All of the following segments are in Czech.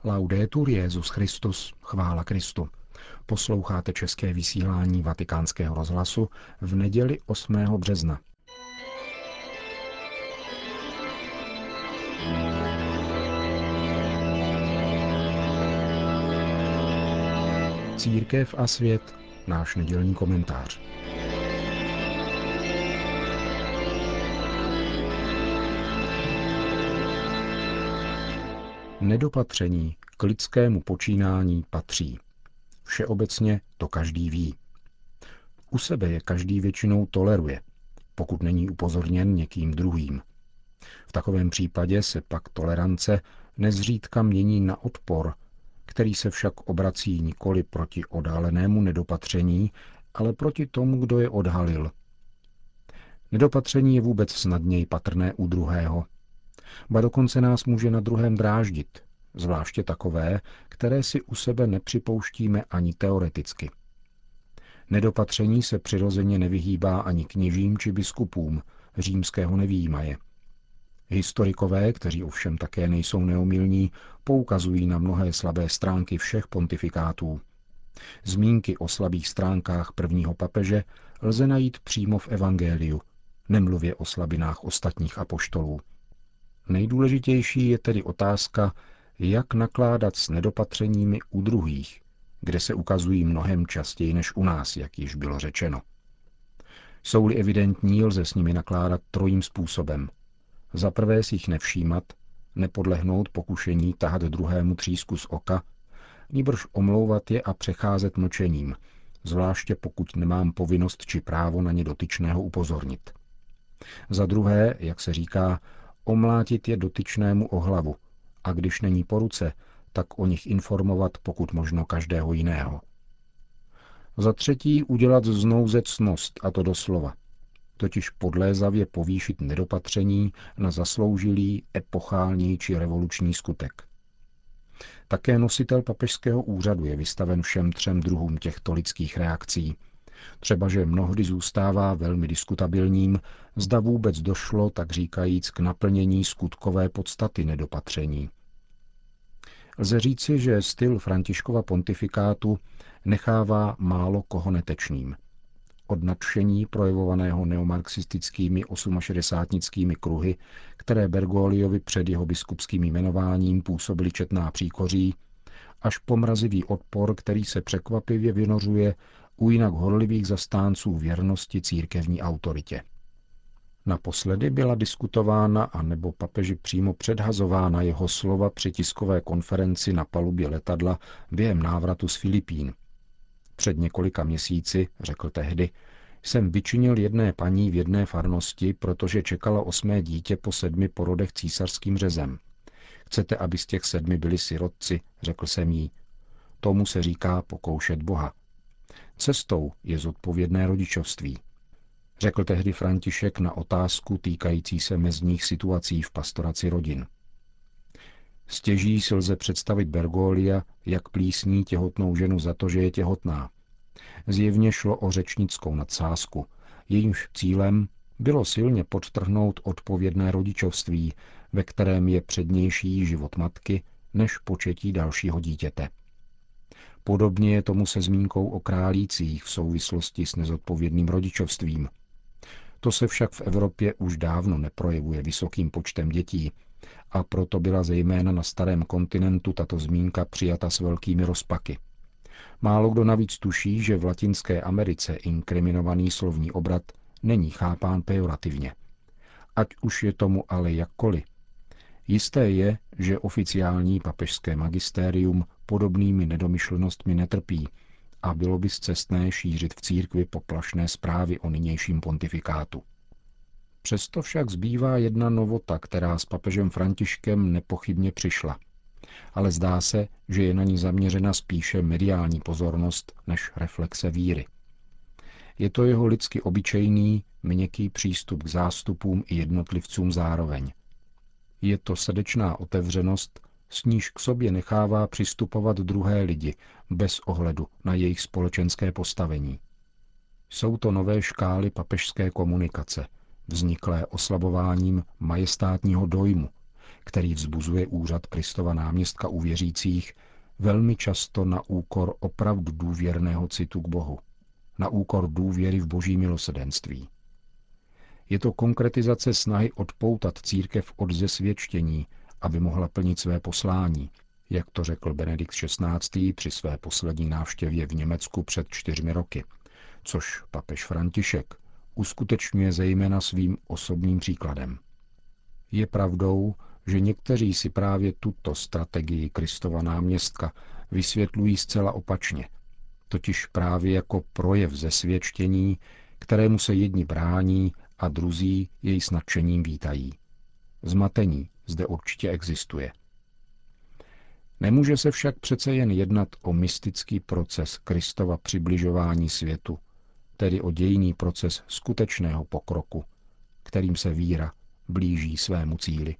Laudetur Jesus Christus, chvála Kristu. Posloucháte české vysílání Vatikánského rozhlasu v neděli 8. března. Církev a svět, náš nedělní komentář. Nedopatření k lidskému počínání patří. Všeobecně to každý ví. U sebe je každý většinou toleruje, pokud není upozorněn někým druhým. V takovém případě se pak tolerance nezřídka mění na odpor, který se však obrací nikoli proti odhalenému nedopatření, ale proti tomu, kdo je odhalil. Nedopatření je vůbec snadněji patrné u druhého. Ba dokonce nás může na druhém dráždit, zvláště takové, které si u sebe nepřipouštíme ani teoreticky. Nedopatření se přirozeně nevyhýbá ani kněžím či biskupům, římského nevyjímaje. Historikové, kteří ovšem také nejsou neomylní, poukazují na mnohé slabé stránky všech pontifikátů. Zmínky o slabých stránkách prvního papeže lze najít přímo v evangeliu, nemluvě o slabinách ostatních apoštolů. Nejdůležitější je tedy otázka, jak nakládat s nedopatřeními u druhých, kde se ukazují mnohem častěji než u nás, jak již bylo řečeno. Jsou-li evidentní, lze s nimi nakládat trojím způsobem. Za prvé si jich nevšímat, nepodlehnout pokušení tahat druhému třísku z oka, nýbrž omlouvat je a přecházet mlčením, zvláště pokud nemám povinnost či právo na ně dotyčného upozornit. Za druhé, jak se říká, omlátit je dotyčnému o hlavu a když není po ruce, tak o nich informovat pokud možno každého jiného. Za třetí udělat znouzecnost, a to doslova, totiž podlézavě povýšit nedopatření na zasloužilý, epochální či revoluční skutek. Také nositel papežského úřadu je vystaven všem třem druhům těchto lidských reakcí. Třebaže mnohdy zůstává velmi diskutabilním, zda vůbec došlo, tak říkajíc, k naplnění skutkové podstaty nedopatření. Lze říci, že styl Františkova pontifikátu nechává málo koho netečným. Od nadšení projevovaného neomarxistickými 68nickými kruhy, které Bergogliovi před jeho biskupským jmenováním působily četná příkoří, až po mrazivý odpor, který se překvapivě vynořuje u jinak horlivých zastánců věrnosti církevní autoritě. Naposledy byla diskutována a nebo papeži přímo předhazována jeho slova při tiskové konferenci na palubě letadla během návratu z Filipín. Před několika měsíci, řekl tehdy, jsem vyčinil jedné paní v jedné farnosti, protože čekala 8. dítě po 7 porodech císařským řezem. Chcete, aby z těch 7 byli sirotci, řekl jsem jí. Tomu se říká pokoušet Boha. Cestou je zodpovědné rodičovství. Řekl tehdy František na otázku týkající se mezních situací v pastoraci rodin. Stěží si lze představit Bergoglia, jak plísní těhotnou ženu za to, že je těhotná. Zjevně šlo o řečnickou nadsázku. Jejímž cílem bylo silně podtrhnout odpovědné rodičovství, ve kterém je přednější život matky než početí dalšího dítěte. Podobně je tomu se zmínkou o králících v souvislosti s nezodpovědným rodičovstvím. To se však v Evropě už dávno neprojevuje vysokým počtem dětí a proto byla zejména na starém kontinentu tato zmínka přijata s velkými rozpaky. Málo kdo navíc tuší, že v Latinské Americe inkriminovaný slovní obrat není chápán pejorativně. Ať už je tomu ale jakkoliv. Jisté je, že oficiální papežské magistérium podobnými nedomyšlenostmi netrpí a bylo by scestné šířit v církvi poplašné zprávy o nynějším pontifikátu. Přesto však zbývá jedna novota, která s papežem Františkem nepochybně přišla. Ale zdá se, že je na ní zaměřena spíše mediální pozornost než reflexe víry. Je to jeho lidsky obyčejný, měkký přístup k zástupům i jednotlivcům zároveň. Je to srdečná otevřenost, s níž k sobě nechává přistupovat druhé lidi, bez ohledu na jejich společenské postavení. Jsou to nové škály papežské komunikace, vzniklé oslabováním majestátního dojmu, který vzbuzuje úřad Kristova náměstka u věřících, velmi často na úkor opravdu důvěrného citu k Bohu, na úkor důvěry v Boží milosrdenství. Je to konkretizace snahy odpoutat církev od zesvědčení, aby mohla plnit své poslání, jak to řekl Benedikt XVI. Při své poslední návštěvě v Německu před 4 roky, což papež František uskutečňuje zejména svým osobním příkladem. Je pravdou, že někteří si právě tuto strategii Kristova náměstka vysvětlují zcela opačně, totiž právě jako projev zesvědčení, kterému se jedni brání a druzí jej s nadšením vítají. Zmatení zde určitě existuje. Nemůže se však přece jen jednat o mystický proces Kristova přibližování světu, tedy o dějinný proces skutečného pokroku, kterým se víra blíží svému cíli.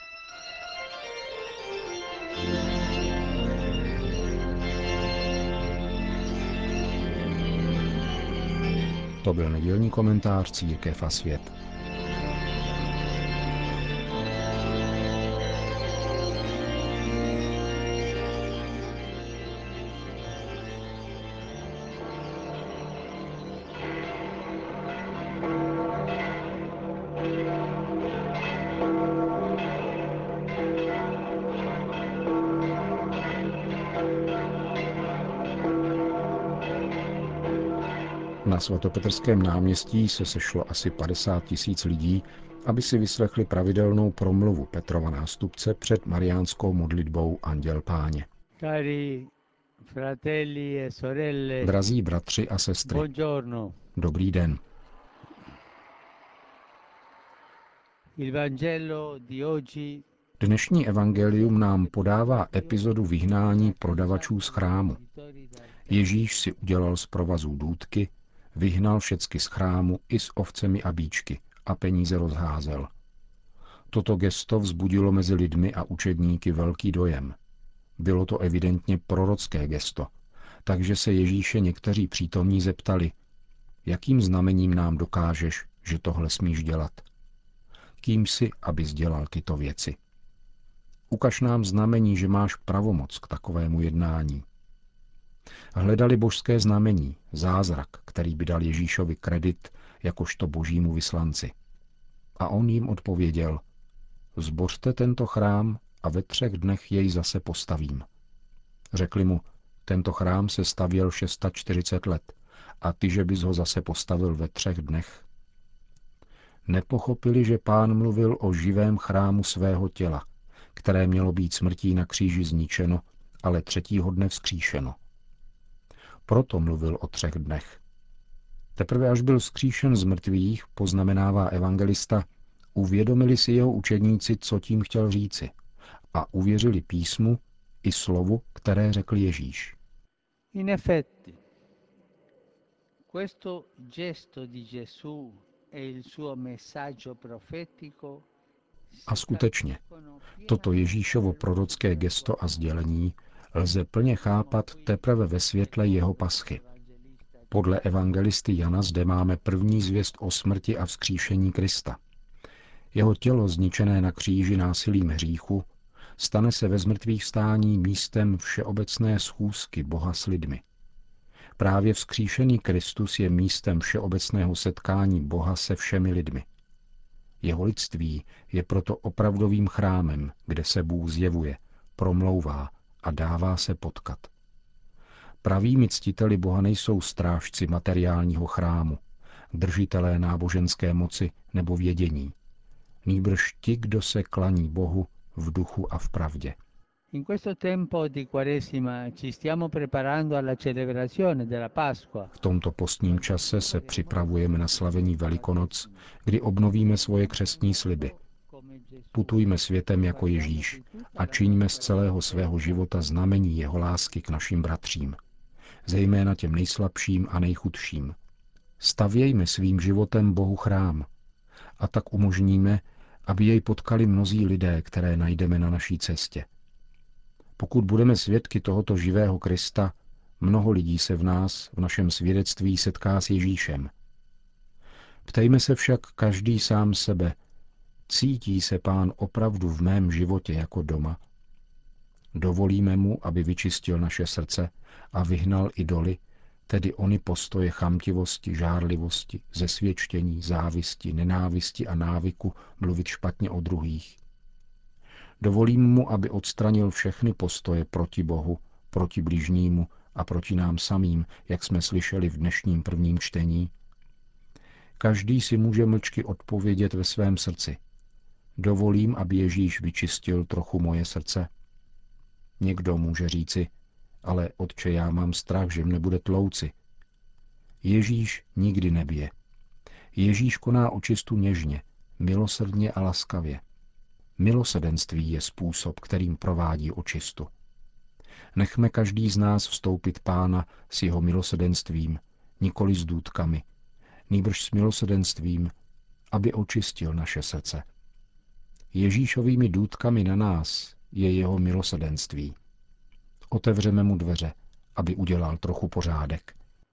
To byl nedělní komentář Církev a svět. Na svatopetrském náměstí se sešlo asi 50 000 lidí, aby si vyslechli pravidelnou promluvu Petrova nástupce před mariánskou modlitbou Anděl Páně. Drazí bratři a sestry, dobrý den. Dnešní evangelium nám podává epizodu vyhnání prodavačů z chrámu. Ježíš si udělal z provazů důtky, vyhnal všecky z chrámu i s ovcemi a býčky a peníze rozházel. Toto gesto vzbudilo mezi lidmi a učedníky velký dojem. Bylo to evidentně prorocké gesto, takže se Ježíše někteří přítomní zeptali, jakým znamením nám dokážeš, že tohle smíš dělat? Kým jsi, abys dělal tyto věci? Ukaž nám znamení, že máš pravomoc k takovému jednání. Hledali božské znamení, zázrak, který by dal Ježíšovi kredit jakožto božímu vyslanci. A on jim odpověděl, zbořte tento chrám a ve 3 dnech jej zase postavím. Řekli mu, tento chrám se stavěl 640 let a ty, že bys ho zase postavil ve 3 dnech. Nepochopili, že Pán mluvil o živém chrámu svého těla, které mělo být smrtí na kříži zničeno, ale 3. dne vzkříšeno. Proto mluvil o 3 dnech. Teprve až byl vzkříšen z mrtvých, poznamenává evangelista, uvědomili si jeho učedníci, co tím chtěl říci, a uvěřili písmu i slovu, které řekl Ježíš. In effetti, questo gesto di Gesù e il suo messaggio profetico A skutečně, toto Ježíšovo prorocké gesto a sdělení lze plně chápat teprve ve světle jeho paschy. Podle evangelisty Jana zde máme první zvěst o smrti a vzkříšení Krista. Jeho tělo zničené na kříži násilím hříchu stane se ve zmrtvýchvstání místem všeobecné schůzky Boha s lidmi. Právě vzkříšený Kristus je místem všeobecného setkání Boha se všemi lidmi. Jeho lidství je proto opravdovým chrámem, kde se Bůh zjevuje, promlouvá a dává se potkat. Pravými ctiteli Boha nejsou strážci materiálního chrámu, držitelé náboženské moci nebo vědění, nýbrž ti, kdo se klaní Bohu v duchu a v pravdě. In questo tempo di Quaresima ci stiamo preparando alla celebrazione della Pasqua. V tomto postním čase se připravujeme na slavení Velikonoc, kdy obnovíme svoje křestní sliby. Putujme světem jako Ježíš a čiňme z celého svého života znamení jeho lásky k našim bratřím, zejména těm nejslabším a nejchudším. Stavějme svým životem Bohu chrám a tak umožníme, aby jej potkali mnozí lidé, které najdeme na naší cestě. Pokud budeme svědky tohoto živého Krista, mnoho lidí se v nás, v našem svědectví setká s Ježíšem. Ptejme se však každý sám sebe, Cítí se Pán opravdu v mém životě jako doma? Dovolíme mu, aby vyčistil naše srdce a vyhnal idoly, tedy ony postoje chamtivosti, žárlivosti, zesvědčení, závisti, nenávisti a návyku mluvit špatně o druhých. Dovolím mu, aby odstranil všechny postoje proti Bohu, proti bližnímu a proti nám samým, jak jsme slyšeli v dnešním prvním čtení. Každý si může mlčky odpovědět ve svém srdci. Dovolím, aby Ježíš vyčistil trochu moje srdce. Někdo může říci, ale Otče, já mám strach, že mne bude tlouci. Ježíš nikdy nebije. Ježíš koná očistu něžně, milosrdně a laskavě. Milosrdenství je způsob, kterým provádí očistu. Nechme každý z nás vstoupit Pána s jeho milosrdenstvím, nikoli s důtkami, nýbrž s milosrdenstvím, aby očistil naše srdce. Ježíšovými důtkami na nás je jeho milosrdenství. Otevřeme mu dveře, aby udělal trochu pořádek.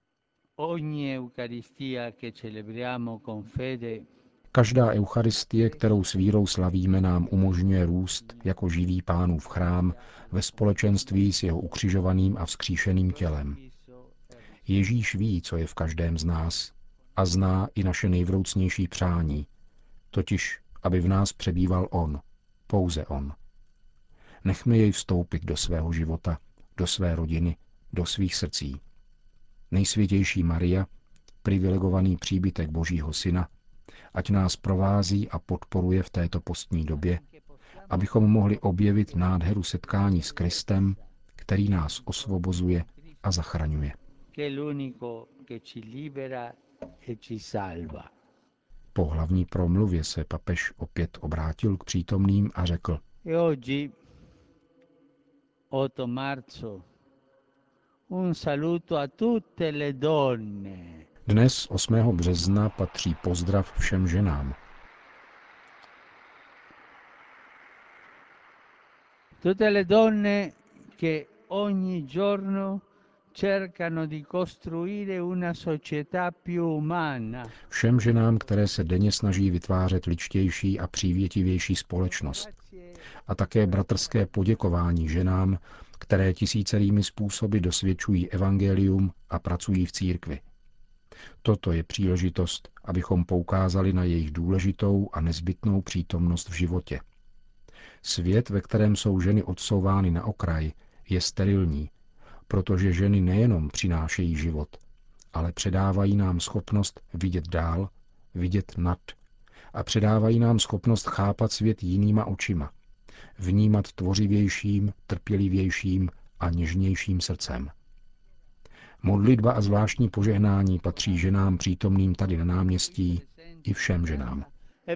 Každá eucharistie, kterou s vírou slavíme, nám umožňuje růst jako živý Pánův chrám ve společenství s jeho ukřižovaným a vzkříšeným tělem. Ježíš ví, co je v každém z nás a zná i naše nejvroucnější přání, totiž, aby v nás přebýval on, pouze on. Nechme jej vstoupit do svého života, do své rodiny, do svých srdcí. Nejsvětější Maria, privilegovaný příbytek Božího Syna, ať nás provází a podporuje v této postní době, abychom mohli objevit nádheru setkání s Kristem, který nás osvobozuje a zachraňuje. Po hlavní promluvě se papež opět obrátil k přítomným a řekl: 8 marzo, un saluto a tutte le donne. Dnes, 8. března, patří pozdrav všem ženám. Tutte le donne che ogni giorno cercano di costruire una società più umana. Všem ženám, které se denně snaží vytvářet ličtější a přívětivější společnost. A také bratrské poděkování ženám, které tisícerými způsoby dosvědčují evangelium a pracují v církvi. Toto je příležitost, abychom poukázali na jejich důležitou a nezbytnou přítomnost v životě. Svět, ve kterém jsou ženy odsouvány na okraj, je sterilní, protože ženy nejenom přinášejí život, ale předávají nám schopnost vidět dál, vidět nad a předávají nám schopnost chápat svět jinýma očima, vnímat tvořivějším, trpělivějším a něžnějším srdcem. Modlitba a zvláštní požehnání patří ženám přítomným tady na náměstí i všem ženám.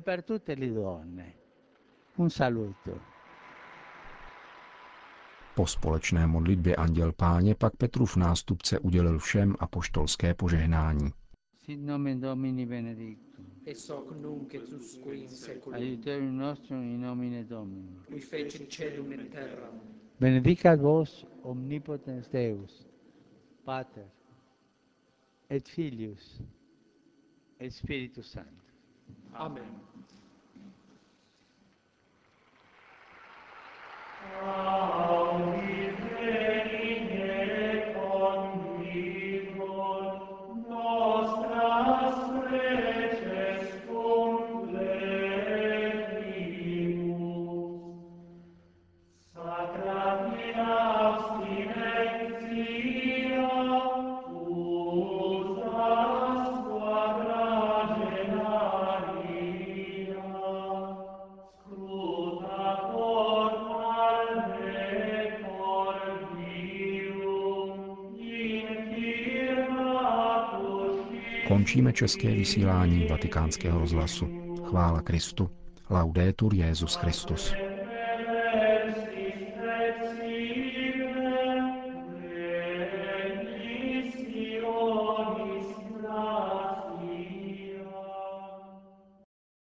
Po společné modlitbě Anděl Páně pak Petrův nástupce udělil všem apoštolské požehnání. Sit nomen Domini benedictum. Ex hoc nunc et usque in seculum. Aiuterium nostrum in nomine Domini. Qui fecit caelum et terram. Benedicat vos omnipotens Deus, Pater et Filius et Spiritus Sanctus. Amen. Končíme české vysílání Vatikánského rozhlasu. Chvála Kristu. Laudetur Jesus Christus.